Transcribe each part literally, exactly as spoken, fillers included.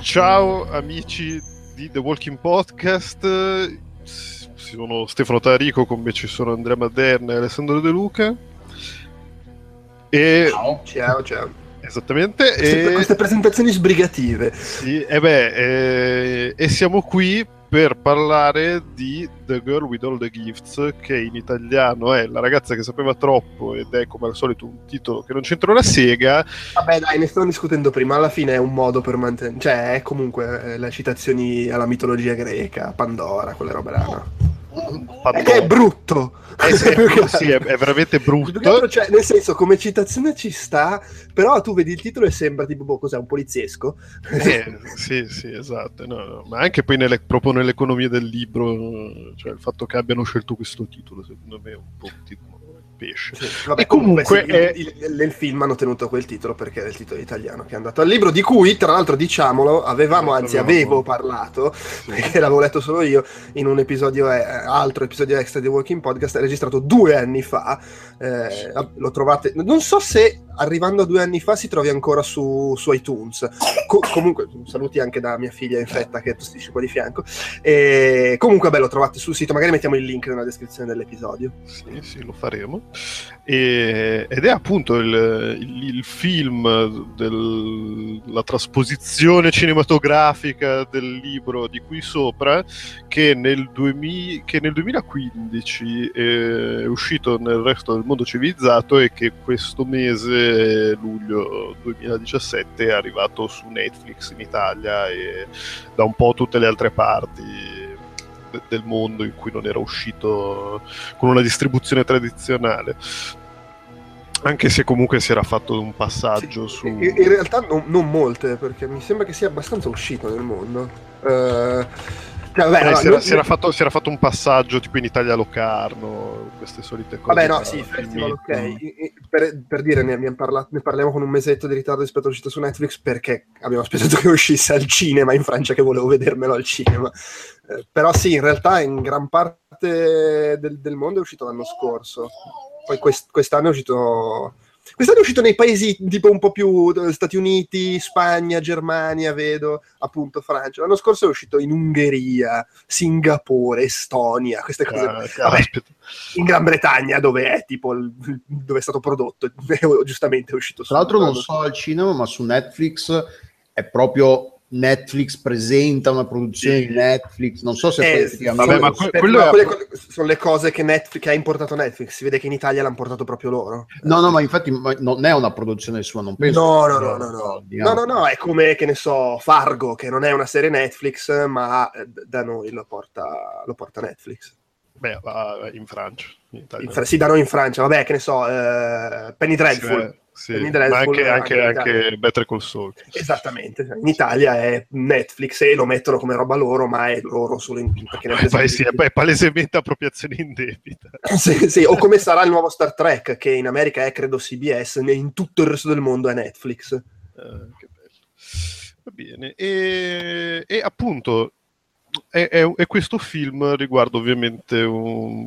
Ciao amici di The Walking Podcast, sono Stefano Tarico, con me ci sono Andrea Maderna e Alessandro De Luca. E... Ciao, ciao, ciao. Esattamente. Queste, e... queste presentazioni sbrigative. Sì, e beh, e... e siamo qui per parlare di The Girl with All the Gifts, che in italiano è La ragazza che sapeva troppo, ed è come al solito un titolo che non c'entra una sega. Vabbè dai, ne stavamo discutendo prima, alla fine è un modo per mantenere, cioè è comunque eh, le citazioni alla mitologia greca, Pandora, quelle robe là, no? È che è brutto! Eh sì, è, sì, è, è veramente brutto. Cioè, nel senso, come citazione ci sta, però tu vedi il titolo e sembra tipo, boh, cos'è, un poliziesco? Eh, sì, sì, esatto. No, no. Ma anche poi nelle, proprio nell'economia del libro, cioè il fatto che abbiano scelto questo titolo, secondo me è un po' un titolo pesce. Sì, vabbè, e comunque, comunque è... il, il, nel film hanno tenuto quel titolo perché è il titolo italiano che è andato al libro, di cui tra l'altro, diciamolo, avevamo, anzi avevo parlato, sì, perché l'avevo letto solo io in un episodio, eh, altro episodio extra di Walking Podcast registrato due anni fa. eh, sì. Lo trovate, non so se arrivando a due anni fa si trovi ancora su, su iTunes. Co- comunque saluti anche da mia figlia Infetta che tossisce qua di fianco. E comunque beh, lo trovate sul sito, magari mettiamo il link nella descrizione dell'episodio. Sì, sì, lo faremo. E, ed è appunto il, il, il film della trasposizione cinematografica del libro di qui sopra, che nel, duemila, che nel duemilaquindici è uscito nel resto del mondo civilizzato e che questo mese, luglio duemiladiciassette, è arrivato su Netflix in Italia e da un po' tutte le altre parti del mondo in cui non era uscito con una distribuzione tradizionale, anche se comunque si era fatto un passaggio sì, su... in, in realtà non, non molte, perché mi sembra che sia abbastanza uscito nel mondo. uh... Cioè, vabbè, eh, no, si, era, non... si, era fatto, si era fatto un passaggio tipo in Italia Locarno, queste solite cose. Vabbè no, sì, festival, ok. Per, per dire, ne, ne, parla, ne parliamo con un mesetto di ritardo rispetto all'uscita su Netflix, perché abbiamo aspettato che uscisse al cinema in Francia, che volevo vedermelo al cinema. Eh, però sì, in realtà in gran parte del, del mondo è uscito l'anno scorso. Poi quest, quest'anno è uscito... Quest'anno è uscito nei paesi tipo un po' più Stati Uniti, Spagna, Germania, vedo, appunto Francia. L'anno scorso è uscito in Ungheria, Singapore, Estonia, queste cose. Ah, Vabbè, in Gran Bretagna, dove è tipo il, dove è stato prodotto, giustamente è uscito. Tra l'altro non so al cinema, ma su Netflix è proprio Netflix presenta una produzione sì. di Netflix, non so se eh, poi vabbè, ma que- quello no, è... quelle sono le cose che, Netflix, che ha importato Netflix. Si vede che in Italia l'hanno portato proprio loro. No, no, ma infatti ma non è una produzione sua, non penso. No, no, no, no, no. No, no, no, è come, che ne so, Fargo, che non è una serie Netflix, ma da noi lo porta, lo porta Netflix. Beh, in Francia. In in Fra- sì, da noi in Francia, vabbè, che ne so, eh, Penny Dreadful. Sì, Penny sì. Dreadful ma anche, anche, anche, anche Better Call Saul. Esattamente, in Italia è Netflix e lo mettono come roba loro, ma è loro solo in... perché ne Beh, sì, è palesemente appropriazione indebita. sì, sì, o come sarà il nuovo Star Trek, che in America è credo C B S, in tutto il resto del mondo è Netflix. Uh, che bello. Va bene, e, e appunto è, è, è questo film riguarda ovviamente un,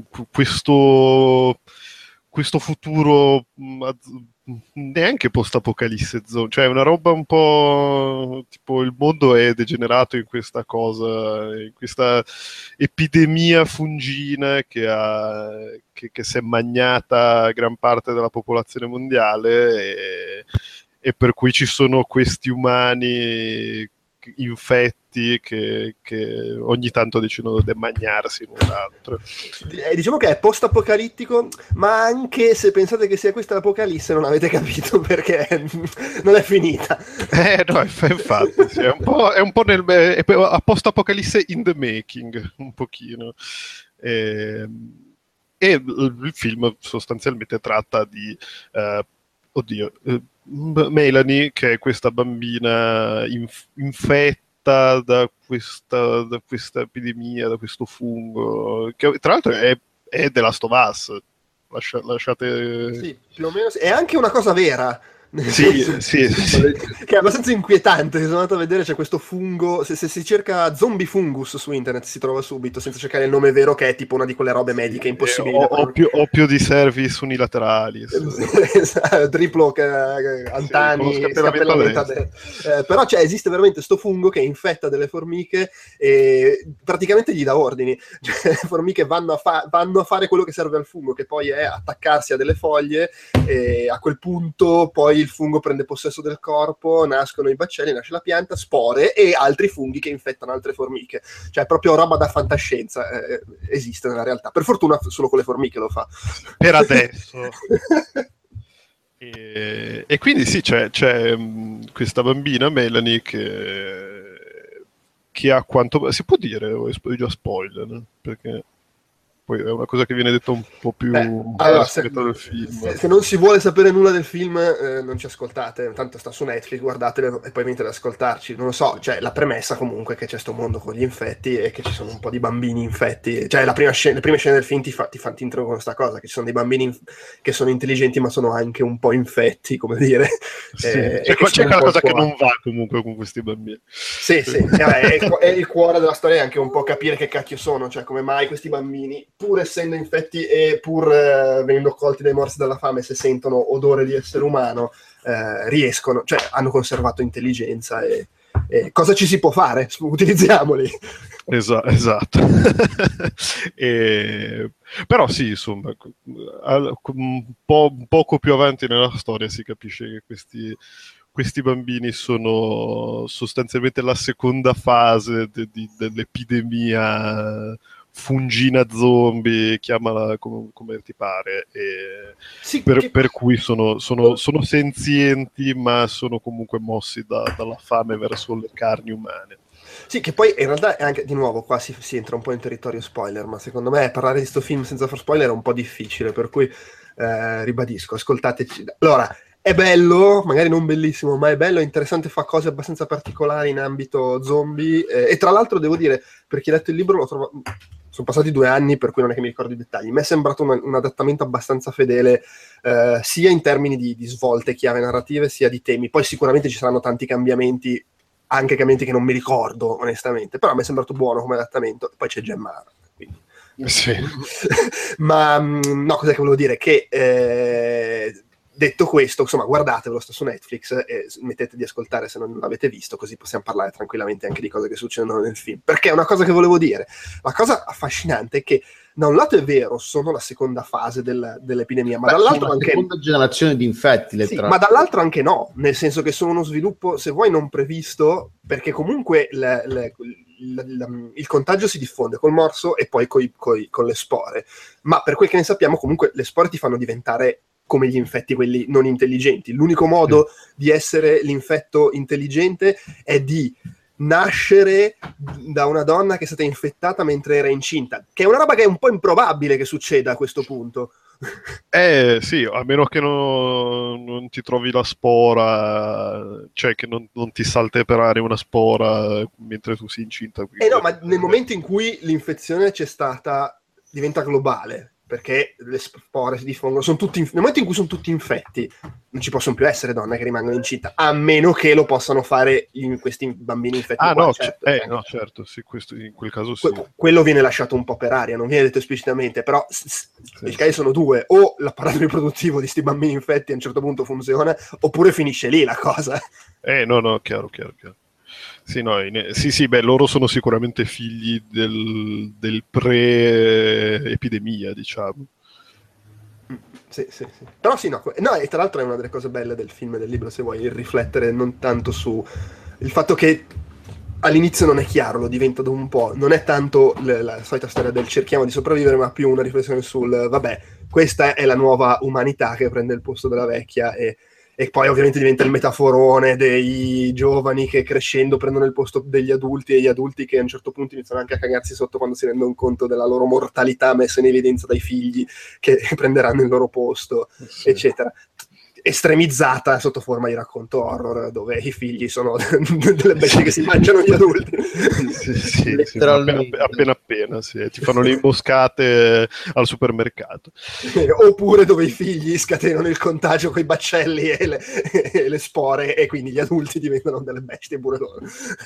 questo, questo futuro neanche post-apocalisse zone, cioè una roba un po' tipo il mondo è degenerato in questa cosa, in questa epidemia fungina che, ha, che, che si è magnata gran parte della popolazione mondiale e, e per cui ci sono questi umani infetti che, che ogni tanto decidono di mangiarsi l'un l'altro. Eh, diciamo che è post-apocalittico, ma anche se pensate che sia questa l'apocalisse non avete capito perché non è finita. Eh no, infatti, sì, è un po', è un po' nel è post-apocalisse in the making, un pochino. E, e il film sostanzialmente tratta di uh, oddio uh, Melanie, che è questa bambina inf- infetta da questa, da questa epidemia, da questo fungo, che tra l'altro è, è The Last of Us. Lascia, lasciate... Sì, più o meno sì. È anche una cosa vera, Sì, sì, sì. Che è abbastanza inquietante. Sono andato a vedere, c'è questo fungo. Se, se si cerca zombie fungus su internet si trova subito, senza cercare il nome vero, che è tipo una di quelle robe mediche impossibili. O, o, più, o più di service unilaterali. Esatto, triplo che, Antani, sì, scappellamento a destra. Eh, però cioè, esiste veramente sto fungo che infetta delle formiche e praticamente gli dà ordini. Cioè, le formiche vanno a, fa- vanno a fare quello che serve al fungo, che poi è attaccarsi a delle foglie, e a quel punto poi il fungo prende possesso del corpo, nascono i baccelli, nasce la pianta, spore e altri funghi che infettano altre formiche. Cioè proprio roba da fantascienza, eh, esiste nella realtà. Per fortuna solo con le formiche lo fa. Per adesso. e, e quindi sì, c'è, c'è mh, questa bambina, Melanie, che, che ha quanto... Si può dire, o è già spoiler, no? Perché... Poi è una cosa che viene detta un po' più Beh, allora, se, del film. Se, se non si vuole sapere nulla del film, eh, non ci ascoltate, tanto sta su Netflix, guardatelo e poi venite ad ascoltarci. Non lo so, cioè la premessa comunque che c'è sto mondo con gli infetti e che ci sono un po' di bambini infetti. Cioè la prima scena, le prime scene del film ti fa, ti fa ti introducono questa cosa, che ci sono dei bambini inf- che sono intelligenti ma sono anche un po' infetti, come dire. Sì, eh, c'è, e c'è qualcosa che non va comunque con questi bambini. Sì, sì, è, è il cuore della storia, è anche un po' capire che cacchio sono, cioè come mai questi bambini, pur essendo infetti e pur eh, venendo colti dai morsi dalla fame, se sentono odore di essere umano, eh, riescono, cioè hanno conservato intelligenza e, e cosa ci si può fare? Utilizziamoli. Esa- esatto. e, però sì, insomma, un po', un poco più avanti nella storia si capisce che questi questi bambini sono sostanzialmente la seconda fase de, de, dell'epidemia fungina zombie, chiamala come, come ti pare, e sì, per, che... per cui sono, sono, sono senzienti, ma sono comunque mossi da, dalla fame verso le carni umane. Sì, che poi in realtà è anche, di nuovo, qua si, si entra un po' in territorio spoiler, ma secondo me parlare di sto film senza far spoiler è un po' difficile, per cui eh, ribadisco, ascoltateci. Allora, è bello, magari non bellissimo, ma è bello, è interessante, fa cose abbastanza particolari in ambito zombie, eh, e tra l'altro devo dire, per chi ha letto il libro, l'ho trovato... sono passati due anni, per cui non è che mi ricordo i dettagli. Mi è sembrato un, un adattamento abbastanza fedele, eh, sia in termini di, di svolte, chiave narrative, sia di temi. Poi sicuramente ci saranno tanti cambiamenti, anche cambiamenti che non mi ricordo, onestamente. Però mi è sembrato buono come adattamento. Poi c'è Gemma, quindi... Sì. Ma, no, cos'è che volevo dire? Che... Eh... Detto questo, insomma, guardatevelo, sta su Netflix e mettete di ascoltare se non l'avete visto, così possiamo parlare tranquillamente anche di cose che succedono nel film. Perché è una cosa che volevo dire. La cosa affascinante è che, da un lato è vero, sono la seconda fase del, dell'epidemia, ma Beh, dall'altro anche... la seconda generazione di infetti, letteralmente. Sì, ma dall'altro anche no, nel senso che sono uno sviluppo, se vuoi, non previsto, perché comunque le, le, le, le, il contagio si diffonde col morso e poi coi, coi, con le spore. Ma per quel che ne sappiamo, comunque le spore ti fanno diventare come gli infetti, quelli non intelligenti. L'unico modo mm. di essere l'infetto intelligente è di nascere da una donna che è stata infettata mentre era incinta, che è una roba che è un po' improbabile che succeda a questo punto. Eh sì, a meno che non, non ti trovi la spora, cioè che non, non ti salta per aria una spora mentre tu sei incinta. Eh no, ma nel momento in cui l'infezione c'è stata, diventa globale, perché le spore si diffondono, sono tutti inf- nel momento in cui sono tutti infetti non ci possono più essere donne che rimangono incinta, a meno che lo possano fare in questi bambini infetti. Ah qua, no, certo, eh, cioè, no, certo, sì, questo, in quel caso sì. Que- quello viene lasciato un po' per aria, non viene detto esplicitamente, però s- s- sì, i casi sono due: o l'apparato riproduttivo di sti bambini infetti a un certo punto funziona, oppure finisce lì la cosa. Eh no, no, chiaro, chiaro, chiaro. Sì, no, in, sì, sì, beh, loro sono sicuramente figli del, del pre-epidemia, diciamo. Sì, sì, sì. Però sì, no, no, e tra l'altro è una delle cose belle del film e del libro, se vuoi, il riflettere non tanto su il fatto che all'inizio non è chiaro, lo diventa dopo un po', non è tanto l- la solita storia del cerchiamo di sopravvivere, ma più una riflessione sul vabbè, questa è la nuova umanità che prende il posto della vecchia, e, e poi ovviamente diventa il metaforone dei giovani che crescendo prendono il posto degli adulti, e gli adulti che a un certo punto iniziano anche a cagarsi sotto quando si rendono conto della loro mortalità messa in evidenza dai figli che prenderanno il loro posto, sì. eccetera. estremizzata sotto forma di racconto horror, dove i figli sono delle bestie che si mangiano gli adulti. Sì, sì, sì, appena appena, appena sì. Ti fanno le imboscate al supermercato. Oppure dove i figli scatenano il contagio con i baccelli e le, e le spore, e quindi gli adulti diventano delle bestie pure loro.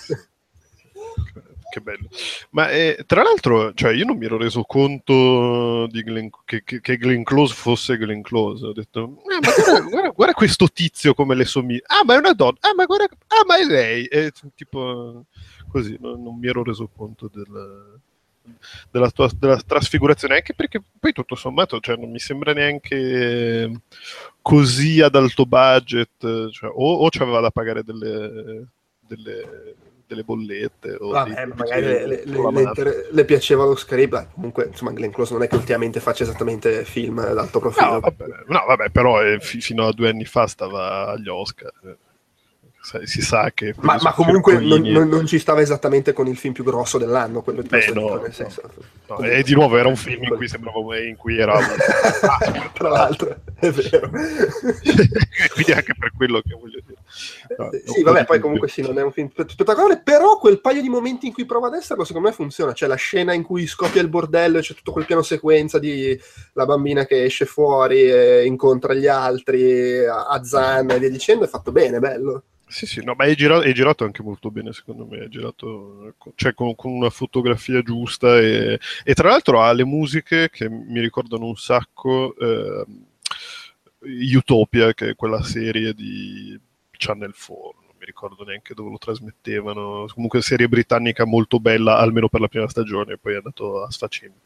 Che bello. Ma eh, tra l'altro, cioè, io non mi ero reso conto di Glenn, che, che, che Glenn Close fosse Glenn Close. Ho detto, ah, ma guarda, guarda, guarda questo tizio come le somiglia. Ah, ma è una donna. Ah, ma guarda, ah, ma è lei. E, tipo così, no, non mi ero reso conto del, della, tua, della trasfigurazione, anche perché poi tutto sommato, cioè, non mi sembra neanche così ad alto budget, cioè, o, o c'aveva da pagare delle, delle delle bollette o vabbè, dei, magari le, le, le, le, inter- le piaceva lo script. Comunque insomma Glenn Close non è che ultimamente faccia esattamente film d'alto profilo. No vabbè, no, vabbè però eh, f- fino a due anni fa stava agli Oscar, si sa che ma, ma comunque non, non, non ci stava esattamente con il film più grosso dell'anno, quello di Beh, no, dico, nel senso, no, no. E di nuovo era un film in cui sembrava in cui era ah, tra l'altro è vero. Quindi anche per quello che voglio dire, no, sì vabbè, poi comunque sì, non è un film spettacolare, però quel paio di momenti in cui prova ad esserlo secondo me funziona. C'è la scena in cui scoppia il bordello e c'è tutto quel piano sequenza di la bambina che esce fuori e incontra gli altri a Zan e via dicendo, è fatto bene, bello. Sì, sì, no, ma è girato, è girato anche molto bene, secondo me. È girato, cioè, con, con una fotografia giusta e, e tra l'altro ha le musiche che mi ricordano un sacco eh, Utopia, che è quella serie di Channel quattro, non mi ricordo neanche dove lo trasmettevano. Comunque serie britannica molto bella, almeno per la prima stagione, poi è andato a sfacendo.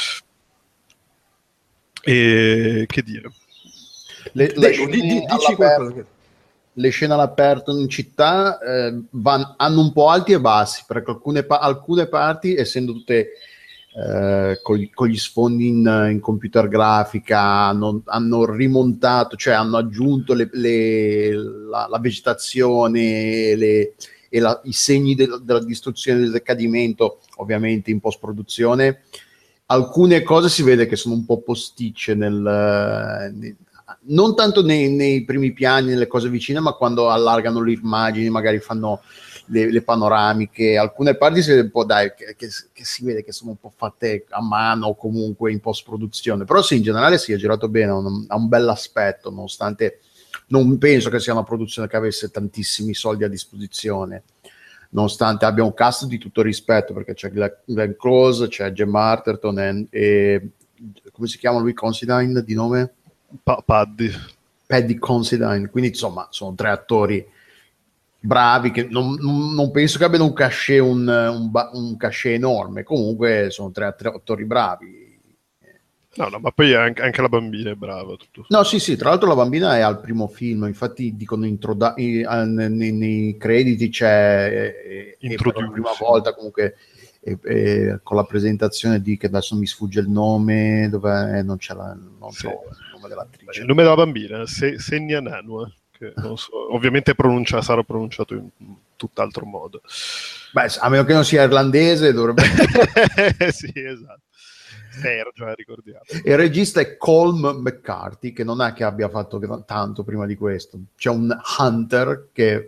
E che dire? Le, le, le, di, di, dici qualcosa. Le scene all'aperto in città eh, van, hanno un po' alti e bassi, perché alcune, pa- alcune parti, essendo tutte eh, con, con gli sfondi in, in computer grafica, hanno, hanno rimontato, cioè hanno aggiunto le, le, la, la vegetazione le, e la, i segni de, della distruzione, del decadimento, ovviamente in post-produzione. Alcune cose si vede che sono un po' posticce nel... nel non tanto nei, nei primi piani, nelle cose vicine, ma quando allargano le immagini, magari fanno le, le panoramiche, alcune parti si vede un po', dai, che, che, che si vede che sono un po' fatte a mano o comunque in post-produzione, però sì, in generale sì, è girato bene, ha un, ha un bell'aspetto, nonostante non penso che sia una produzione che avesse tantissimi soldi a disposizione, nonostante abbia un cast di tutto rispetto, perché c'è Glenn Close, c'è Gemma Arterton e, e come si chiama lui, Considine di nome? Pa- Paddy Paddy Considine, quindi insomma sono tre attori bravi che non, non penso che abbiano un cachet un, un, un cachet enorme, comunque sono tre, tre attori bravi. No, no, ma poi anche, anche la bambina è brava. Tutto. No, sì, sì, tra l'altro la bambina è al primo film, infatti dicono introda- nei, nei crediti c'è e, e per la prima volta comunque e, e, con la presentazione di, che adesso mi sfugge il nome, dove eh, non c'è la, non sì. so il nome dell'attrice. Il nome della bambina, Se, Senia Nanua, che non so, ovviamente pronuncia, sarà pronunciato in tutt'altro modo. Beh, a meno che non sia irlandese, dovrebbe... sì, esatto. Sergio, eh, ricordiamo. E il regista è Colm McCarthy, che non è che abbia fatto tanto prima di questo. C'è un Hunter, che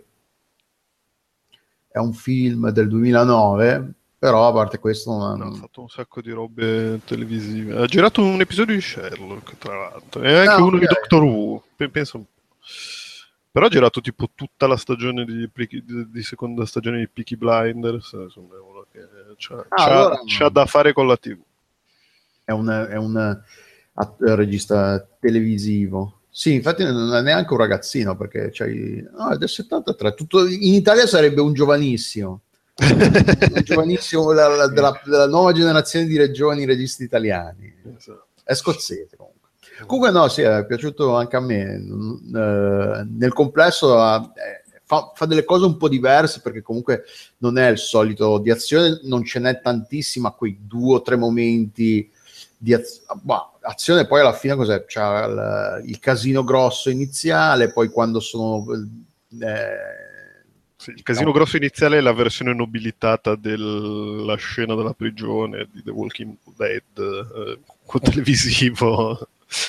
è un film del duemilanove, però a parte questo non ha... No, ha fatto un sacco di robe televisive. Ha girato un episodio di Sherlock, tra l'altro, e anche ah, uno okay. di Doctor Who. Penso... Però ha girato tipo tutta la stagione di, di, di seconda stagione di Peaky Blinders. Insomma, è uno che c'ha, ah, c'ha, allora... c'ha da fare con la tivù. È un, è un uh, regista televisivo. Sì, infatti non è neanche un ragazzino, perché c'hai... No, è del settantatré. Tutto... In Italia sarebbe un giovanissimo. Un giovanissimo la, la, della, della nuova generazione di regioni registi italiani. È scozzese comunque. Comunque no, sì, è piaciuto anche a me. Uh, nel complesso uh, fa, fa delle cose un po' diverse, perché comunque non è il solito di azione, non ce n'è tantissima, quei due o tre momenti di az- bah, azione, poi alla fine cos'è? C'è il, il casino grosso iniziale, poi quando sono eh, sì, il casino no. grosso iniziale è la versione nobilitata della scena della prigione di The Walking Dead, eh, con televisivo.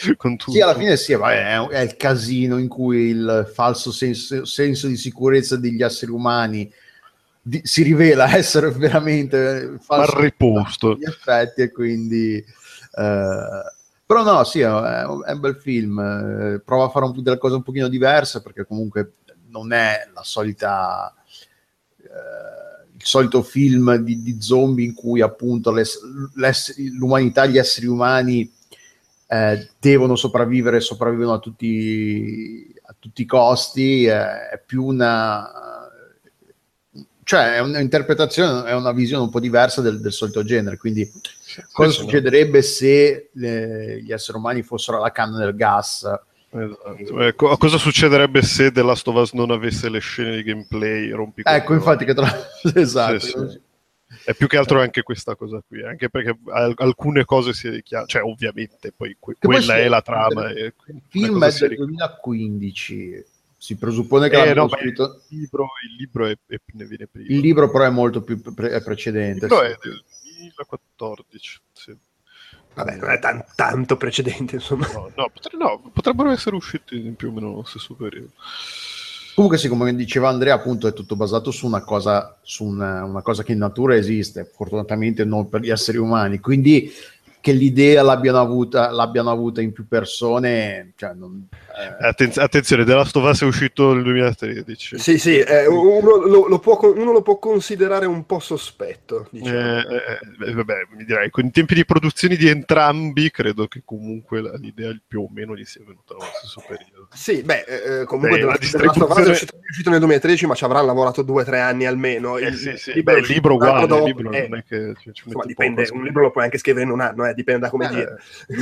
con tutto. Sì, alla fine sì, vabbè, è, è il casino in cui il falso senso, senso di sicurezza degli esseri umani di, si rivela essere veramente falso Al riposto. gli effetti, e quindi eh, però no, sì, è, è un bel film, eh, prova a fare un, delle cose un pochino diverse, perché comunque non è la solita eh, il solito film di, di zombie in cui appunto le, l'umanità, gli esseri umani eh, devono sopravvivere, sopravvivono a tutti, a tutti i costi, eh, è più una cioè è un'interpretazione, è una visione un po' diversa del, del solito genere, quindi sì, cosa sì, succederebbe no. se eh, gli esseri umani fossero alla canna del gas? Esatto. E... Ecco, cosa succederebbe se The Last of Us non avesse le scene di gameplay rompicoglioni? Ecco, infatti che tra... esatto. Sì, sì. E più che altro è anche questa cosa qui, anche perché alcune cose si richiamano, cioè ovviamente poi que- quella è la trama. Il film è del duemilaquindici, si presuppone che eh, no, scritto... il libro, il libro è, è, ne viene prima. Il libro però è molto più pre- è precedente. Il libro sì. è del duemilaquattordici, sì. Vabbè, non è tan- tanto precedente, insomma. No, no, potre- no, potrebbero essere usciti in più o meno nello stesso periodo. Comunque sì, come diceva Andrea, appunto è tutto basato su una cosa, su una, una cosa che in natura esiste, fortunatamente non per gli esseri umani, quindi che l'idea l'abbiano avuta, l'abbiano avuta in più persone, cioè non, eh. Attenz- attenzione, The Last of Us è uscito nel duemilatredici. Sì, sì, eh, uno, lo, lo può, uno lo può considerare un po' sospetto, diciamo. Eh, eh, vabbè, mi direi, con i tempi di produzione di entrambi, credo che comunque la, l'idea più o meno gli sia venuta nello stesso periodo. Sì, beh, eh, comunque beh, The Last of Us è uscito, è uscito nel duemilatredici, ma ci avranno lavorato due o tre anni almeno. Eh, il, sì, sì. libro, beh, il libro uguale, dopo, il libro eh, non è che ci, ci insomma, dipende, un libro lo puoi anche scrivere in un anno, eh, dipende da come eh. dire.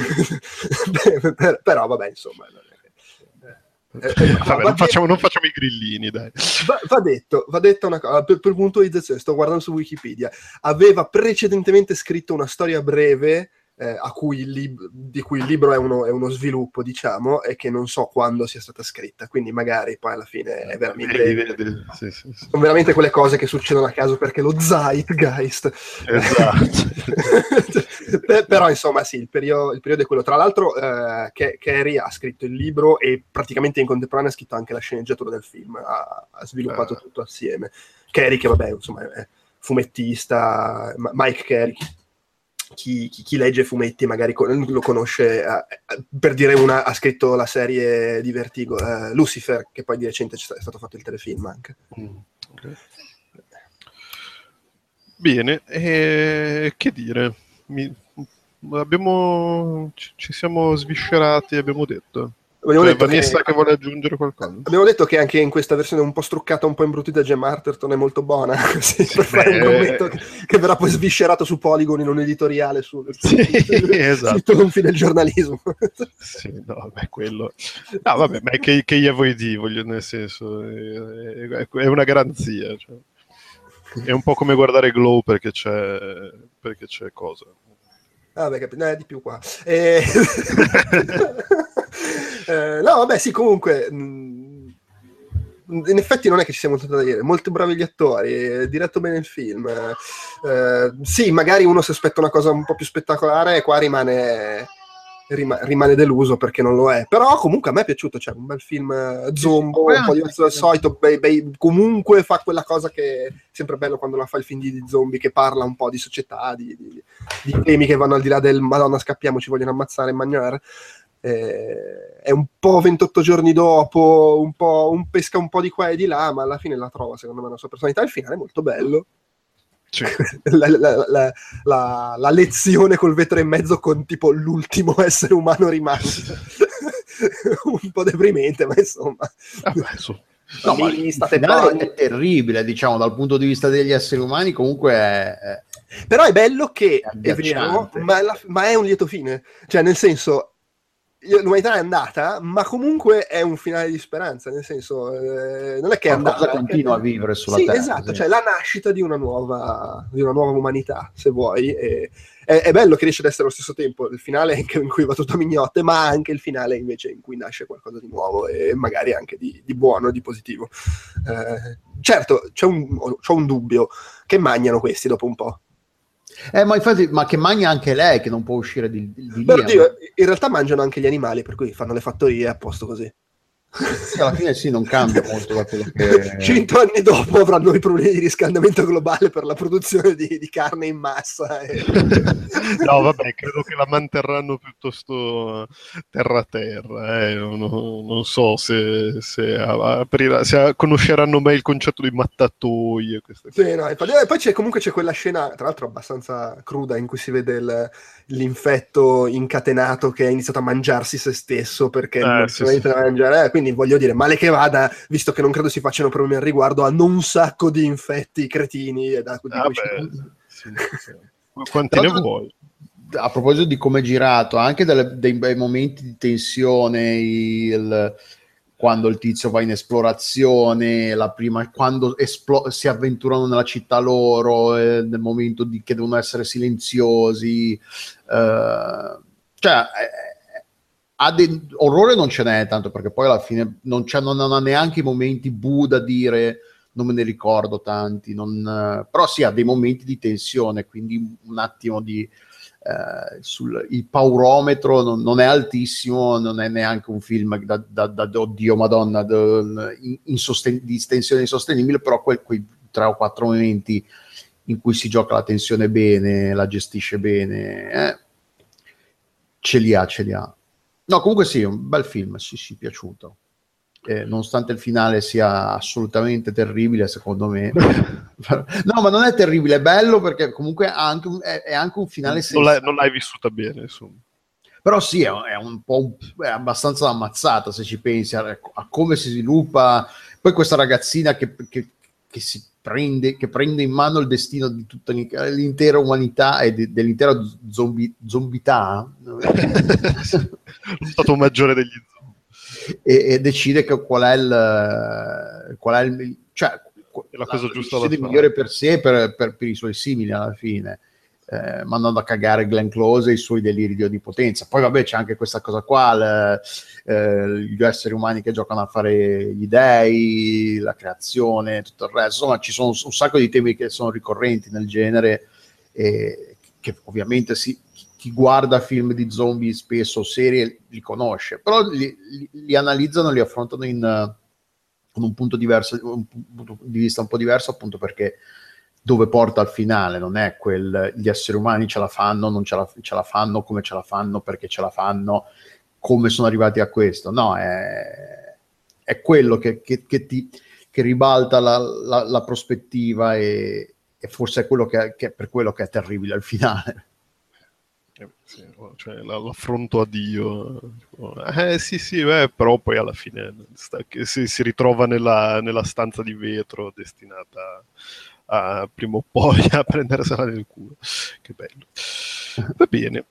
per, però vabbè, insomma... Eh, eh, vabbè, non, facciamo, non facciamo i grillini, dai. Va, va detto, va detta una cosa, per, per puntualizzazione, sto guardando su Wikipedia, aveva precedentemente scritto una storia breve eh, a cui il lib- di cui il libro è uno, è uno sviluppo, diciamo, e che non so quando sia stata scritta, quindi magari poi alla fine è veramente vedi, vedi. Sì, sì, sì. sono veramente quelle cose che succedono a caso perché lo zeitgeist. Esatto. Però insomma sì, il periodo, il periodo è quello. Tra l'altro eh, che Carey ha scritto il libro e praticamente in contemporanea ha scritto anche la sceneggiatura del film, ha, ha sviluppato uh. tutto assieme. Carey che vabbè insomma è fumettista, Mike Carey. Chi, chi, chi legge fumetti magari con, lo conosce, eh, per dire una, ha scritto la serie di Vertigo, eh, Lucifer, che poi di recente è stato fatto il telefilm anche. Mm, okay. Bene, eh, che dire, Mi, abbiamo, ci, ci siamo sviscerati, abbiamo detto. Abbiamo cioè, detto Vanessa che, che vuole aggiungere qualcosa? Abbiamo detto che anche in questa versione un po' struccata, un po' imbrutita, Gemma Arterton è molto buona, così, sì, per beh, fare un commento che, che verrà poi sviscerato su Polygon in un editoriale su, sì, su, esatto. sui tonfi del giornalismo. Sì, no, vabbè, quello... No, vabbè, ma è che, che gli vuoi dire, voglio, nel senso, è, è, è una garanzia, cioè. È un po' come guardare Glow perché c'è, perché c'è cosa. Ah, beh, capito, no, è di più qua. Eh... eh, no, vabbè, sì, comunque... Mh, in effetti non è che ci sia molto da dire, molto bravi gli attori, diretto bene il film. Eh, sì, magari uno si aspetta una cosa un po' più spettacolare e qua rimane... Rima- rimane deluso perché non lo è, però comunque a me è piaciuto, cioè un bel film zombo, un po' diverso dal solito, bei, bei, comunque fa quella cosa che è sempre bello quando la fa il film di, di zombie, che parla un po' di società, di, di, di temi che vanno al di là del Madonna scappiamo, ci vogliono ammazzare in maniera. Eh, è un po' ventotto giorni dopo, un po' un pesca un po' di qua e di là, ma alla fine la trova secondo me la sua personalità, il finale è molto bello. Sì. La, la, la, la, la lezione col vetro in mezzo con tipo l'ultimo essere umano rimasto un po' deprimente, ma insomma Vabbè, su. No, ma il finale è terribile, diciamo, dal punto di vista degli esseri umani comunque è, è... però è bello che è, è vero, ma, la, ma è un lieto fine, cioè nel senso l'umanità è andata, ma comunque è un finale di speranza, nel senso eh, non è che è andata, continua è... a vivere sulla sì, Terra. Esatto, sì. Cioè la nascita di una nuova di una nuova umanità, se vuoi, e, è, è bello che riesce ad essere allo stesso tempo il finale in cui va tutto a mignotte, ma anche il finale invece in cui nasce qualcosa di nuovo e magari anche di, di buono, di positivo. Eh, certo, c'è un, c'è un dubbio, che mangiano questi dopo un po'? Eh, ma infatti, ma che mangia anche lei, che non può uscire di, di lì. Beh, oddio, in realtà mangiano anche gli animali, per cui fanno le fattorie a posto così. Sì, alla fine sì, non cambia molto da quello che... Cento anni dopo avranno i problemi di riscaldamento globale per la produzione di, di carne in massa. E... No, vabbè, credo che la manterranno piuttosto terra-terra. Eh. Non, non so se, se, aprirà, se conosceranno mai il concetto di mattatoie. Sì, no, e poi c'è, comunque c'è quella scena, tra l'altro abbastanza cruda, in cui si vede il, l'infetto incatenato che ha iniziato a mangiarsi se stesso perché eh, non sì, si sì, a mangiare. Eh, quindi voglio dire, male che vada, visto che non credo si facciano problemi al riguardo, hanno un sacco di infetti cretini. E da, di ah, cui beh, sì, sì. Quanti ne vuoi? A proposito di come è girato, anche delle, dei bei momenti di tensione, il, quando il tizio va in esplorazione, la prima, quando esplo- si avventurano nella città loro, eh, nel momento di, che devono essere silenziosi, eh, cioè eh, ha de- orrore non ce n'è tanto, perché poi alla fine non, c'è, non, non ha neanche i momenti bu da dire non me ne ricordo tanti, non, eh, però sì, ha dei momenti di tensione, quindi un attimo di eh, sul, il paurometro non, non è altissimo, non è neanche un film da, da, da oddio madonna da, in, in sosten- di tensione insostenibile, però quel, quei tre o quattro momenti in cui si gioca la tensione bene, la gestisce bene, eh, ce li ha, ce li ha. No, comunque sì, un bel film, sì, sì, piaciuto. Eh, nonostante il finale sia assolutamente terribile, secondo me. No, ma non è terribile, è bello perché comunque ha anche un, è, è anche un finale non l'hai, non l'hai vissuta bene, insomma. Però sì, è, è un po' è abbastanza ammazzata se ci pensi a, a come si sviluppa. Poi questa ragazzina che, che, che si prende, che prende in mano il destino di tutta l'intera umanità e de, dell'intera zombie, zombità. Lo stato maggiore degli zombie. E, e decide che qual è il qual è il cioè è la cosa la, giusta da fare, migliore per sé e per, per, per i suoi simili alla fine, eh, mandando a cagare Glenn Close e i suoi deliri di onnipotenza. Poi vabbè c'è anche questa cosa qua, le, eh, gli esseri umani che giocano a fare gli dei, la creazione, tutto il resto. Insomma ci sono un, un sacco di temi che sono ricorrenti nel genere e che ovviamente si chi guarda film di zombie spesso, serie, li conosce, però li, li, li analizzano, li affrontano in, uh, con un punto diverso, un punto di vista un po' diverso, appunto perché dove porta al finale non è quel gli esseri umani ce la fanno, non ce la, ce la fanno, come ce la fanno, perché ce la fanno, come sono arrivati a questo, no, è, è quello che, che, che ti che ribalta la, la, la prospettiva e, e forse è quello che, che è per quello che è terribile al finale. Sì, cioè, l'affronto a Dio, eh sì sì, beh, però poi alla fine sta, che si, si ritrova nella, nella stanza di vetro destinata a, a prima o poi a prendersela nel culo. Che bello. Va bene,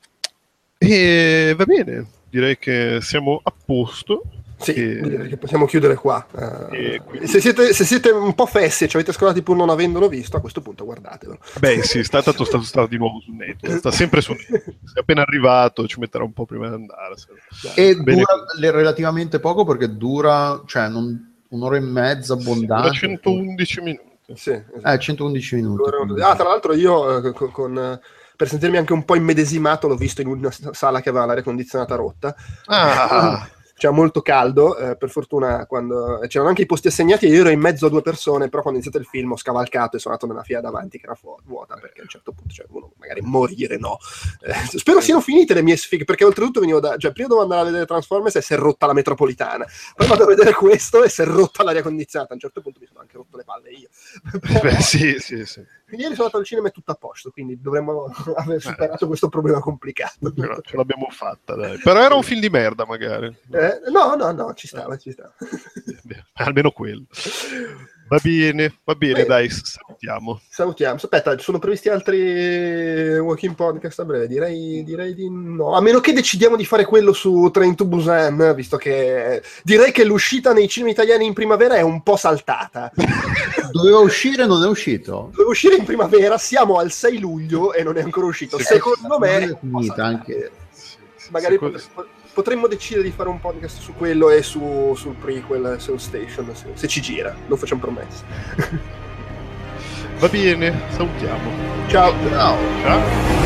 e va bene, direi che siamo a posto. Sì, e... direi che possiamo chiudere qua. Uh, quindi... se, siete, se siete un po' fessi e ci avete scrollati pur non avendolo visto, a questo punto guardatelo. Beh sì, sta, tanto sta, sta di nuovo su Netflix, sta sempre su Netflix. È appena arrivato, ci metterà un po' prima di andare. E bene. Dura relativamente poco perché dura, cioè non, un'ora e mezza abbondante. Sì, dura centoundici minuti. Sì, esatto. Eh, centoundici minuti. Ah, tra l'altro io eh, con... con per sentirmi anche un po' immedesimato, l'ho visto in una sala che aveva l'aria condizionata rotta. Ah. C'era molto caldo, eh, per fortuna quando c'erano anche i posti assegnati e io ero in mezzo a due persone, però quando è iniziato il film ho scavalcato e sono andato nella fila davanti che era fu- vuota, perché a un certo punto, cioè, uno magari morire no. Eh, spero siano finite le mie sfighe, perché oltretutto venivo da, cioè prima dovevo andare a vedere Transformers e si è rotta la metropolitana, poi vado a vedere questo e si è rotta l'aria condizionata, a un certo punto mi sono anche rotto le palle io. Però, beh, sì, sì, sì. Quindi ieri sono andato al cinema e tutto a posto, quindi dovremmo aver superato eh. questo problema complicato. Però ce l'abbiamo fatta, dai. Però era un film di merda, magari. Eh, no, no, no, ci stava, ci stava. Almeno quello. Va bene, va bene, bene, dai, salutiamo. Salutiamo. Aspetta, sono previsti altri walking podcast a breve? Direi, direi di no. A meno che decidiamo di fare quello su Train to Busan, visto che direi che l'uscita nei cinema italiani in primavera è un po' saltata. Doveva uscire, non è uscito? Doveva uscire in primavera, siamo al sei luglio e non è ancora uscito. Sì, secondo me è finita anche. Magari pot- potremmo decidere di fare un podcast su quello e su, sul prequel, su Station, se, se ci gira, non facciamo promesse. Va bene, salutiamo. Ciao. Ciao. Ciao.